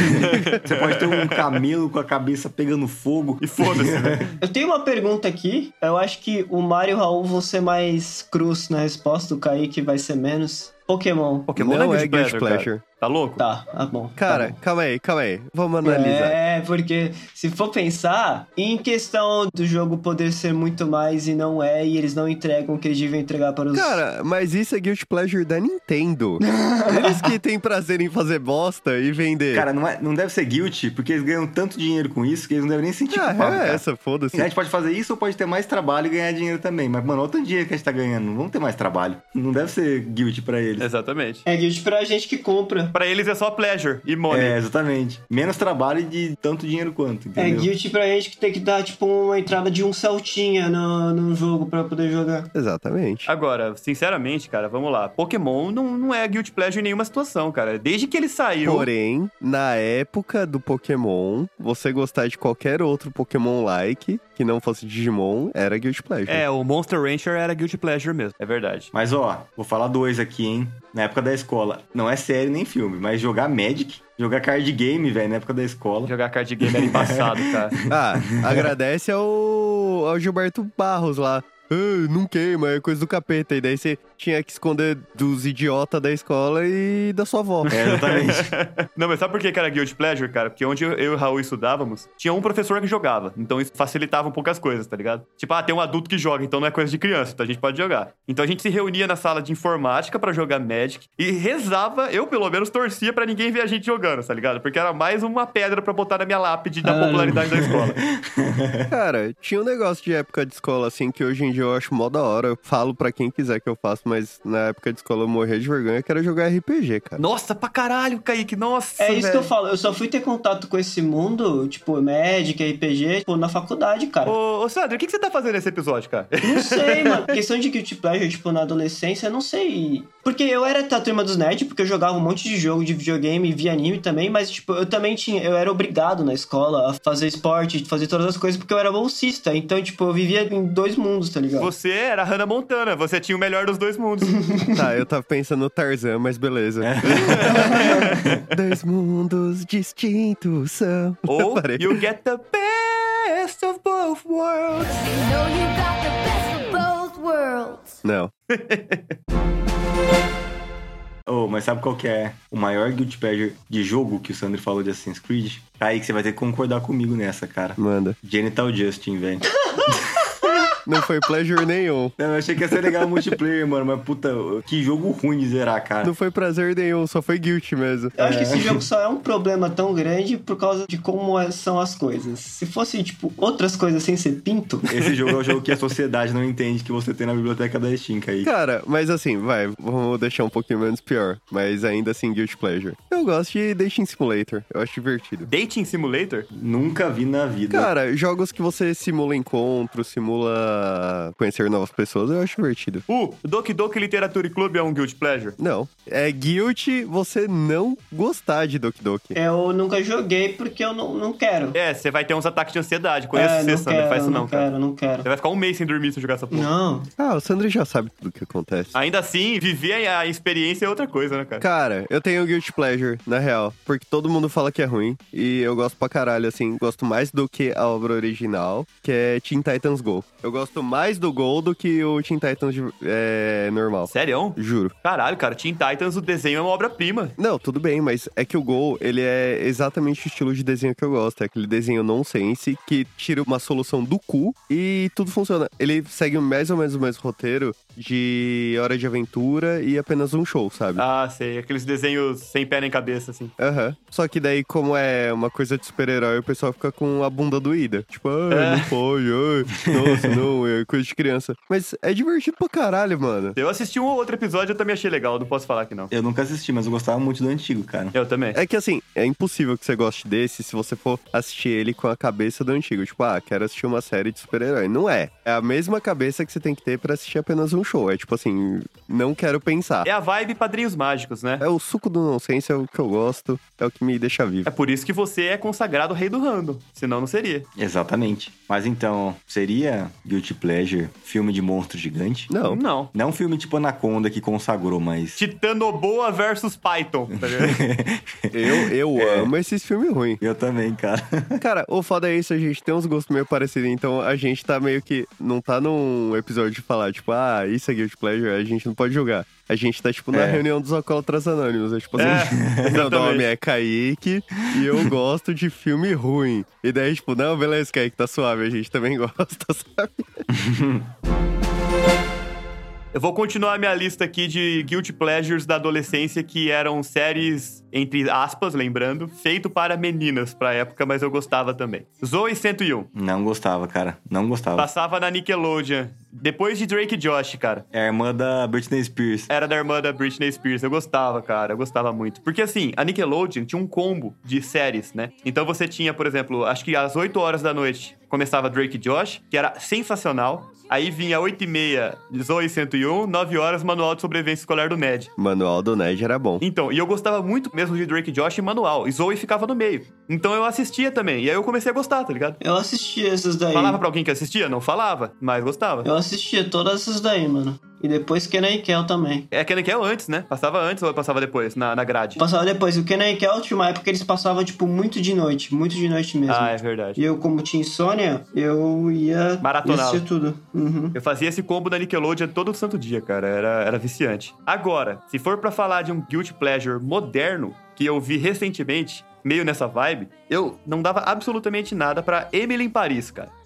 Você pode ter um camelo com a cabeça pegando fogo. E foda-se, né? Eu tenho uma pergunta aqui. Eu acho que o Mario e o Raul vão ser mais cruz na resposta, o Kaique vai ser menos. Pokémon. Pokémon Não não é é Guilty Guilty Pleasure. Pleasure, cara. Tá louco? Tá, tá bom. Cara, tá bom. calma aí, calma aí. Vamos analisar. É, porque se for pensar, em questão do jogo poder ser muito mais e não é, e eles não entregam o que eles devem entregar para os... Cara, mas isso é Guilty Pleasure da Nintendo. Eles que têm prazer em fazer bosta e vender. Cara, não, é, não deve ser guilty, porque eles ganham tanto dinheiro com isso que eles não devem nem sentir ah, culpado, é cara. essa, foda-se. A gente pode fazer isso ou pode ter mais trabalho e ganhar dinheiro também. Mas, mano, olha o tanto de dinheiro que a gente tá ganhando. Não vamos ter mais trabalho. Não deve ser guilty pra eles. Exatamente. É guild pra gente que compra. Pra eles é só pleasure e money. É, exatamente. Menos trabalho e de tanto dinheiro quanto, É entendeu? guild pra gente que tem que dar, tipo, uma entrada de um Celtinha no, no jogo pra poder jogar. Exatamente. Agora, sinceramente, cara, vamos lá. Pokémon não, não é Guilty Pleasure em nenhuma situação, cara. Desde que ele saiu... Porém, na época do Pokémon, você gostar de qualquer outro Pokémon-like que não fosse Digimon, era Guilty Pleasure. É, o Monster Rancher era Guilty Pleasure mesmo. É verdade. Mas, ó, vou falar dois aqui, hein? Na época da escola. Não é série nem filme, mas jogar Magic, jogar card game, velho, na época da escola. Jogar card game era embaçado, cara. Ah, agradece ao, ao Gilberto Barros lá. Ah, não queima, é coisa do capeta. E daí você tinha que esconder dos idiotas da escola e da sua avó. É, exatamente. Não, mas sabe por que que era Guilty Pleasure, cara? Porque onde eu, eu e o Raul estudávamos, tinha um professor que jogava. Então isso facilitava um pouco as coisas, tá ligado? Tipo, ah, tem um adulto que joga, então não é coisa de criança, então a gente pode jogar. Então a gente se reunia na sala de informática pra jogar Magic e rezava, eu pelo menos torcia pra ninguém ver a gente jogando, tá ligado? Porque era mais uma pedra pra botar na minha lápide da Ah, popularidade da escola. Cara, tinha um negócio de época de escola, assim, que hoje em dia eu acho mó da hora. Eu falo pra quem quiser que eu faço, mas na época de escola eu morria de vergonha que era jogar R P G, cara. Nossa, pra caralho, Kaique, nossa, É isso velho. que eu falo, eu só fui ter contato com esse mundo, tipo, Magic, R P G, tipo, na faculdade, cara. Ô, ô Sandro, o que, que você tá fazendo nesse episódio, cara? Não sei, mano. Questão de guilty pleasure, tipo, na adolescência, eu não sei. Porque eu era da turma dos nerds, porque eu jogava um monte de jogo de videogame e via anime também, mas, tipo, eu também tinha, eu era obrigado na escola a fazer esporte, fazer todas as coisas, porque eu era bolsista. Então, tipo, eu vivia em dois mundos, tá ligado? Você era Hannah Montana, você tinha o melhor dos dois mundos. Tá, eu tava pensando no Tarzan, mas beleza. Dois mundos distintos são... Ou Parei. you get the best of both worlds. You know you got the best of both worlds. Não. Oh, mas sabe qual que é o maior guilty pleasure de jogo que o Sandro falou de Assassin's Creed? Aí que você vai ter que concordar comigo nessa, cara. Manda. Genital Justin, velho. Não foi pleasure nenhum. Não, eu achei que ia ser legal o multiplayer, mano. Mas, puta, que jogo ruim de zerar, cara. Não foi prazer nenhum, só foi guilty mesmo. Eu acho que esse jogo só é um problema tão grande por causa de como é- são as coisas. Se fosse, tipo, outras coisas sem ser pinto... Esse jogo é o jogo que a sociedade não entende que você tem na biblioteca da Steam, aí. Cara, mas assim, vai, vamos deixar um pouquinho menos pior. Mas ainda assim, guilty pleasure. Eu gosto de Dating Simulator. Eu acho divertido. Dating Simulator? Nunca vi na vida. Cara, jogos que você simula encontro, simula conhecer novas pessoas, eu acho divertido. O Doki Doki Literature Club é um guilty pleasure? Não. É guilty você não gostar de Doki Doki. Eu nunca joguei porque eu não, não quero. É, você vai ter uns ataques de ansiedade. Conheço É, você, não Sandro. quero, Faz isso não, não cara. quero, não quero. Você vai ficar um mês sem dormir se jogar essa porra. Não. Ah, o Sandro já sabe tudo o que acontece. Ainda assim, viver a experiência é outra coisa, né, cara? Cara, eu tenho guilty pleasure, na real. Porque todo mundo fala que é ruim. E eu gosto pra caralho, assim. Gosto mais do que a obra original, que é Teen Titans Go. Eu gosto mais do Go do que o Teen Titans é, normal. Sério? Juro. Caralho, cara, Teen Titans, o desenho é uma obra-prima. Não, tudo bem, mas é que o Go, ele é exatamente o estilo de desenho que eu gosto. É aquele desenho nonsense que tira uma solução do cu e tudo funciona. Ele segue mais ou menos o mesmo roteiro de Hora de Aventura e apenas um show, sabe? Ah, sei. Aqueles desenhos sem pé nem cabeça, assim. Aham. Só que daí, como é uma coisa de super-herói, o pessoal fica com a bunda doída. Tipo, ah, É. não pode, ai, nossa, não, é coisa de criança. Mas é divertido pra caralho, mano. Eu assisti um ou outro episódio, eu também achei legal. Não posso falar que não. Eu nunca assisti, mas eu gostava muito do antigo, cara. Eu também. É que assim, é impossível que você goste desse se você for assistir ele com a cabeça do antigo. Tipo, ah, quero assistir uma série de super-herói. Não é. É a mesma cabeça que você tem que ter pra assistir apenas um show. É tipo assim, não quero pensar. É a vibe Padrinhos Mágicos, né? É o suco do nonsense, é o que eu gosto, é o que me deixa vivo. É por isso que você é consagrado rei do random. Senão não seria. Exatamente. Mas então, seria Guilty Pleasure filme de monstro gigante? Não. Não. Não um filme tipo Anaconda que consagrou, mas... Titanoboa versus Python, tá ligado? Eu, eu É. amo esses filmes ruins. Eu também, cara. Cara, o foda é isso, a gente tem uns gostos meio parecidos, então a gente tá meio que... Não tá num episódio de falar, tipo, ah, isso é Guilty Pleasure, a gente não pode julgar. A gente tá, tipo, na É. reunião dos alcoólatras anônimos. É tipo assim, É, meu exatamente. nome é Kaique e eu gosto de filme ruim. E daí, tipo, não, beleza, Kaique, tá suave, a gente também gosta, sabe? Eu vou continuar a minha lista aqui de guilty pleasures da adolescência, que eram séries, entre aspas, lembrando, feito para meninas pra época, mas eu gostava também. Zoe cento e um. Não gostava, cara. Não gostava. Passava na Nickelodeon. Depois de Drake e Josh, cara. É a irmã da Britney Spears. Era da irmã da Britney Spears. Eu gostava, cara. Eu gostava muito. Porque, assim, a Nickelodeon tinha um combo de séries, né? Então você tinha, por exemplo, acho que às oito horas da noite começava Drake e Josh, que era sensacional. Aí vinha oito e meia, Zoe cento e um, nove horas, Manual de Sobrevivência Escolar do Ned. Manual do Ned era bom. Então, e eu gostava muito mesmo de Drake e Josh e Manual. E Zoe ficava no meio. Então eu assistia também. E aí eu comecei a gostar, tá ligado? Eu assisti essas daí. Falava pra alguém que assistia? Não falava, mas gostava. Eu assistia todas essas daí, mano. E depois Kenan e Kel também. É Kenan e Kel antes, né? Passava antes ou passava depois, na, na grade? Passava depois. O Kenan e Kel tinha uma época que eles passavam, tipo, muito de noite. Muito de noite mesmo. Ah, é verdade. E eu, como tinha insônia, eu ia Maratonava. assistir tudo. Uhum. Eu fazia esse combo da Nickelodeon todo santo dia, cara. Era, era viciante. Agora, se for pra falar de um guilty pleasure moderno, que eu vi recentemente, meio nessa vibe, eu não dava absolutamente nada pra Emily em Paris, cara.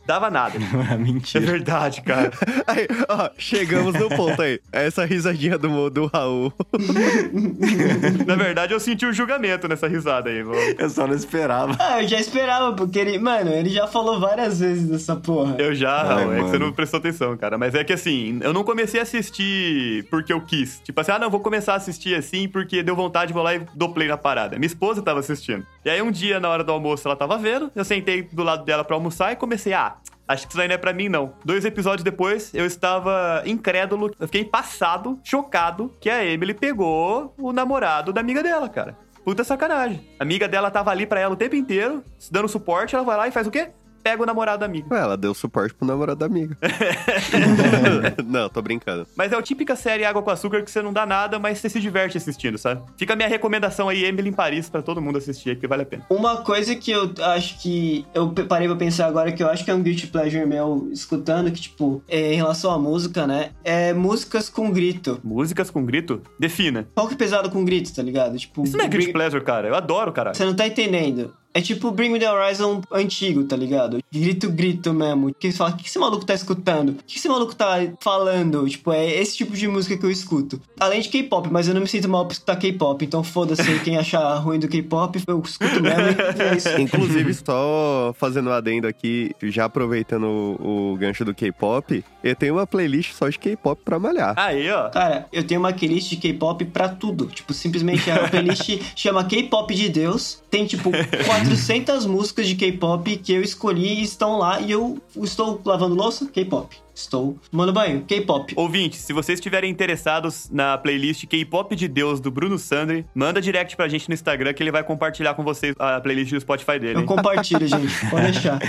Dava nada. É Mentira. verdade, cara. Aí, ó, chegamos no ponto aí. Essa risadinha do, do Raul. Na verdade, eu senti um julgamento nessa risada aí, mano. Eu só não esperava. Ah, eu já esperava, porque ele... Mano, ele já falou várias vezes dessa porra. Eu já, Ai, Raul, é que você mano. não prestou atenção, cara. Mas é que assim, eu não comecei a assistir porque eu quis. Tipo assim, ah, não, vou começar a assistir assim porque deu vontade, vou lá e dou play na parada. Minha esposa tava assistindo. E aí um dia, na hora do almoço, ela tava vendo, eu sentei do lado dela pra almoçar e comecei, ah... Acho que isso aí não é pra mim, não. Dois episódios depois, eu estava incrédulo. Eu fiquei passado, chocado, que a Emily pegou o namorado da amiga dela, cara. Puta sacanagem. A amiga dela tava ali pra ela o tempo inteiro, dando suporte. Ela vai lá e faz o quê? Pega o namorado da amiga. Ué, ela deu suporte pro namorado da amiga. Não, tô brincando. Mas é a típica série Água com Açúcar que você não dá nada, mas você se diverte assistindo, sabe? Fica a minha recomendação aí, Emily em Paris, pra todo mundo assistir, que vale a pena. Uma coisa que eu acho que... Eu parei pra pensar agora, que eu acho que é um guilty pleasure meu, escutando, que, tipo, é, em relação à música, né? É músicas com grito. Músicas com grito? Defina. Rock pesado com grito, tá ligado? Tipo, Isso não é Bring- guilty pleasure, cara. Eu adoro, cara. Você não tá entendendo. É tipo Bring Me The Horizon antigo, tá ligado? Grito, grito mesmo. Que você fala, o que esse maluco tá escutando? O que esse maluco tá falando? Tipo, é esse tipo de música que eu escuto. Além de K-pop, mas eu não me sinto mal por escutar K-pop. Então foda-se quem achar ruim do K-pop, eu escuto mesmo e é isso. Inclusive, só fazendo um adendo aqui, já aproveitando o, o gancho do K-pop, eu tenho uma playlist só de K-pop pra malhar. Aí, ó. Cara, eu tenho uma playlist de K-pop pra tudo. Tipo, simplesmente a playlist chama K-pop de Deus. Tem, tipo, quatrocentas músicas de K-pop que eu escolhi e estão lá. E eu estou lavando louça, K-pop. Estou tomando banho, K-pop. Ouvintes, se vocês estiverem interessados na playlist K-pop de Deus do Bruno Sandri, manda direct pra gente no Instagram que ele vai compartilhar com vocês a playlist do Spotify dele. Eu hein? compartilho, gente. Pode deixar.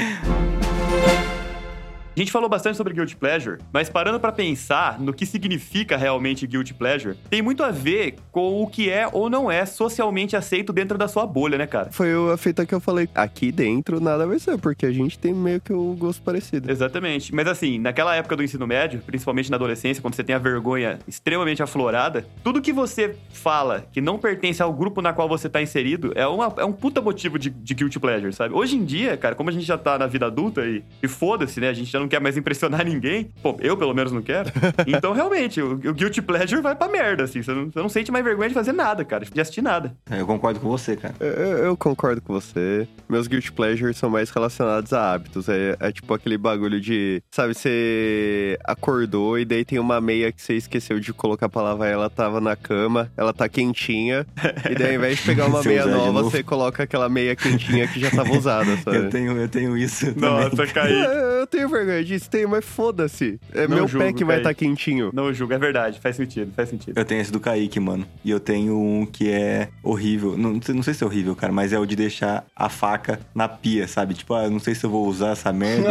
A gente falou bastante sobre Guilty Pleasure, mas parando pra pensar no que significa realmente Guilty Pleasure, tem muito a ver com o que é ou não é socialmente aceito dentro da sua bolha, né, cara? Foi a fita que eu falei, aqui dentro nada vai ser, porque a gente tem meio que um gosto parecido. Exatamente. Mas assim, naquela época do ensino médio, principalmente na adolescência, quando você tem a vergonha extremamente aflorada, tudo que você fala que não pertence ao grupo na qual você tá inserido é, uma, é um puta motivo de, de Guilty Pleasure, sabe? Hoje em dia, cara, como a gente já tá na vida adulta e, e foda-se, né? A gente já não quer mais impressionar ninguém. Pô, eu pelo menos não quero. Então, realmente, o, o Guilty Pleasure vai pra merda, assim. Você não, você não sente mais vergonha de fazer nada, cara. De assistir nada. Eu concordo com você, cara. Eu, eu concordo com você. Meus guilty pleasures são mais relacionados a hábitos. É, é tipo aquele bagulho de, sabe, você acordou e daí tem uma meia que você esqueceu de colocar pra lavar, ela tava na cama, ela tá quentinha, e daí ao invés de pegar uma Você meia usar de nova, novo. você coloca aquela meia quentinha que já tava usada, sabe? Eu tenho, eu tenho isso Nossa, também. Kaique. É, eu tenho vergonha disso, tenho, mas foda-se. É Não meu julgo, pé que vai Kaique. estar quentinho. Não julgo, é verdade. Faz sentido, faz sentido. Eu tenho esse do Kaique, mano. E eu tenho um que é horrível. Não, sei- não sei se é horrível, cara, mas é o de deixar a faca na pia, sabe? Tipo, ah, eu não sei se eu vou usar essa merda.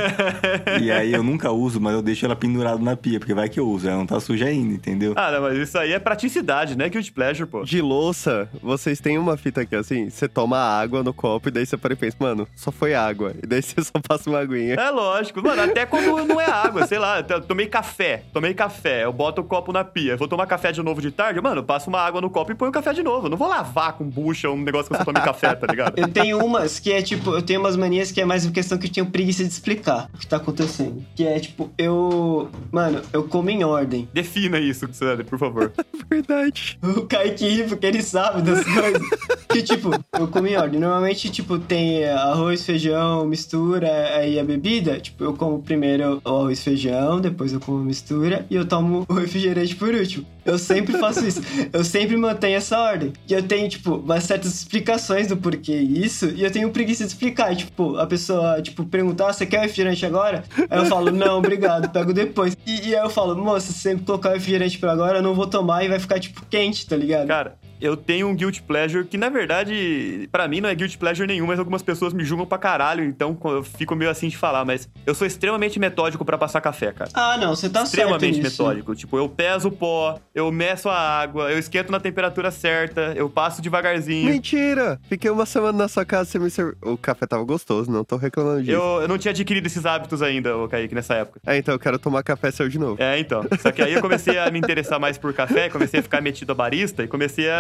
E aí eu nunca uso, mas eu deixo ela pendurada na pia, porque vai que eu uso. Ela não tá suja ainda, entendeu? Ah, não, mas isso aí é praticidade, né? Guilty Pleasure, pô. De louça, vocês têm uma fita aqui assim, você toma água no copo e daí você para e pensa, mano, só foi água. E daí você só passa uma aguinha. É lógico, mano, até quando não é água, sei lá, eu tomei café, tomei café, eu boto o copo na pia, vou tomar café de novo de tarde, mano, eu passo uma água no copo e ponho o café de novo. Eu não vou lavar com bucha um negócio que eu só tomei café, tá ligado? Eu tenho umas que é tipo, eu tenho umas manias que é mais uma questão que eu tenho preguiça de explicar o que tá acontecendo. Que é tipo, eu. Mano, eu como em ordem. Defina isso, Sandro, por favor. Verdade. O Kaique ri porque ele sabe das coisas. Que tipo, eu como em ordem. Normalmente, tipo, tem arroz, feijão, mistura, aí a bebida. Tipo, eu como primeiro o arroz, feijão, depois eu como a mistura e eu tomo o refrigerante por último. Eu sempre faço isso. Eu sempre mantenho essa ordem. E eu tenho, tipo, umas certas explicações do porquê isso. E eu tenho preguiça de explicar. Tipo, a pessoa, tipo, perguntar, você quer refrigerante agora? Aí eu falo, não, obrigado, pego depois. E, e aí eu falo, moça, se você colocar o refrigerante pra agora, eu não vou tomar e vai ficar, tipo, quente, tá ligado? Cara, eu tenho um guilty pleasure que, na verdade, pra mim não é guilty pleasure nenhum, mas algumas pessoas me julgam pra caralho, então eu fico meio assim de falar, mas eu sou extremamente metódico pra passar café, cara. Ah, não, você tá certo Extremamente nisso. metódico. Tipo, eu peso o pó, eu meço a água, eu esquento na temperatura certa, eu passo devagarzinho. Mentira! Fiquei uma semana na sua casa, você me serviu. O café tava gostoso, não tô reclamando disso. Eu, eu não tinha adquirido esses hábitos ainda, ô Kaique, nessa época. É, então eu quero tomar café seu de novo. É, então. Só que aí eu comecei a me interessar mais por café, comecei a ficar metido a barista e comecei a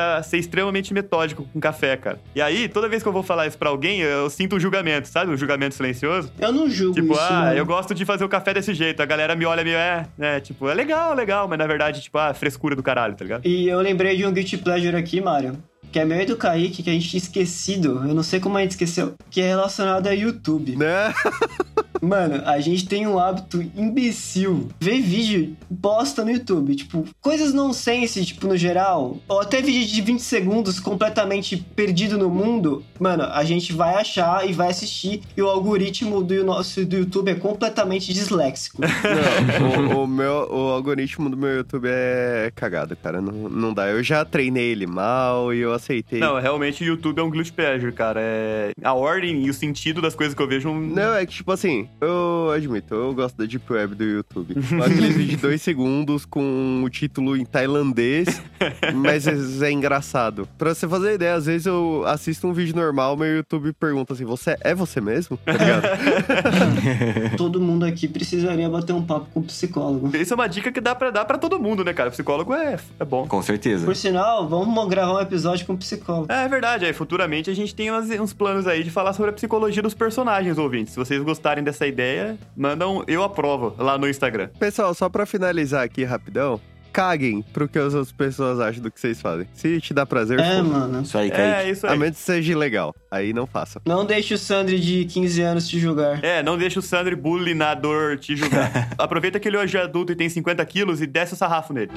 a ser extremamente metódico com café, cara. E aí, toda vez que eu vou falar isso pra alguém, eu sinto um julgamento, sabe? Um julgamento silencioso. Eu não julgo Tipo, isso, ah, mano. eu gosto de fazer o café desse jeito. A galera me olha meio, é, né? Tipo, é legal, legal. Mas na verdade, tipo, ah, frescura do caralho, tá ligado? E eu lembrei de um guilty pleasure aqui, Mário, que é meu e do Kaique, que a gente tinha esquecido. Eu não sei como a gente esqueceu. Que é relacionado a YouTube. Né? Mano, a gente tem um hábito imbecil. Ver vídeo bosta no YouTube. Tipo, coisas nonsense, tipo, no geral. Ou até vídeo de vinte segundos completamente perdido no mundo. Mano, a gente vai achar e vai assistir. E o algoritmo do nosso do YouTube é completamente disléxico. Não, o, o meu, o algoritmo do meu YouTube é cagado, cara. Não, não dá. Eu já treinei ele mal e eu aceitei. Não, realmente o YouTube é um glute pleasure, cara. É... A ordem e o sentido das coisas que eu vejo... Um... Não, é que tipo assim, eu admito, eu gosto da Deep Web do YouTube. Aqueles vídeos de dois segundos com o título em tailandês, mas é engraçado. Pra você fazer ideia, às vezes eu assisto um vídeo normal, meu YouTube pergunta assim, você é você mesmo? Tá ligado? Todo mundo aqui precisaria bater um papo com o psicólogo. Isso é uma dica que dá pra dar pra todo mundo, né, cara? Psicólogo é, é bom. Com certeza. Por sinal, vamos gravar um episódio com o psicólogo. É, é verdade, aí futuramente a gente tem umas- uns planos aí de falar sobre a psicologia dos personagens, ouvintes. Se vocês gostarem dessa ideia, mandam eu aprovo lá no Instagram. Pessoal, só pra finalizar aqui rapidão, caguem pro que as outras pessoas acham do que vocês fazem. Se te dá prazer, É, foda. mano. Isso aí, É, Kaique. isso A aí. menos que seja ilegal. Aí não faça. Não deixe o Sandri de quinze anos te julgar. É, não deixa o Sandro bulinador te julgar. Aproveita que ele hoje é adulto e tem cinquenta quilos e desce o sarrafo nele.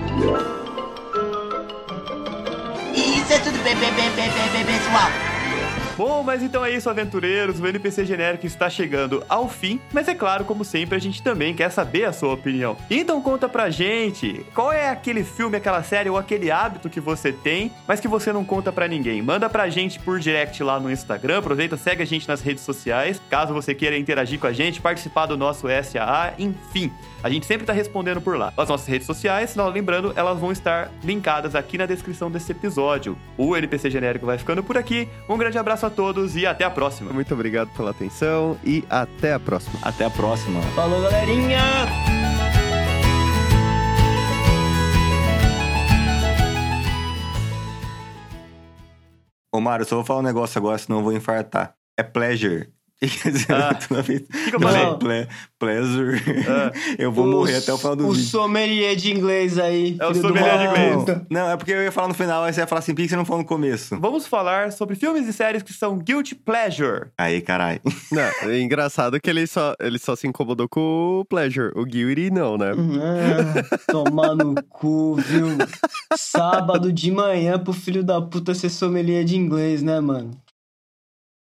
Isso é tudo bem, bem, bem, bem, bem, bem, pessoal. Bom, mas então é isso, aventureiros. O N P C genérico está chegando ao fim. Mas é claro, como sempre, a gente também quer saber a sua opinião. Então conta pra gente, qual é aquele filme, aquela série ou aquele hábito que você tem, mas que você não conta pra ninguém? Manda pra gente por direct lá no Instagram. Aproveita, segue a gente nas redes sociais. Caso você queira interagir com a gente, participar do nosso S A A, enfim. A gente sempre tá respondendo por lá. As nossas redes sociais, não, lembrando, elas vão estar linkadas aqui na descrição desse episódio. O N P C genérico vai ficando por aqui. Um grande abraço a todos e até a próxima. Muito obrigado pela atenção e até a próxima. Até a próxima. Falou, galerinha! Ô, Mário, só vou falar um negócio agora, senão eu vou infartar. É pleasure. Ah. Toda vez. O que, que eu falei? Não. Ple- pleasure. Ah. Eu vou morrer até o final do O vídeo. sommelier de inglês aí. É o filho sommelier uma de inglês. puta. Não, é porque eu ia falar no final, aí você ia falar assim, por que você não falou no começo? Vamos falar sobre filmes e séries que são guilty pleasure. Aí, caralho. Não, é engraçado que ele só, ele só se incomodou com o Pleasure. O Guilty não, né? Ah, tomar no cu, viu? Sábado de manhã pro filho da puta ser sommelier de inglês, né, mano?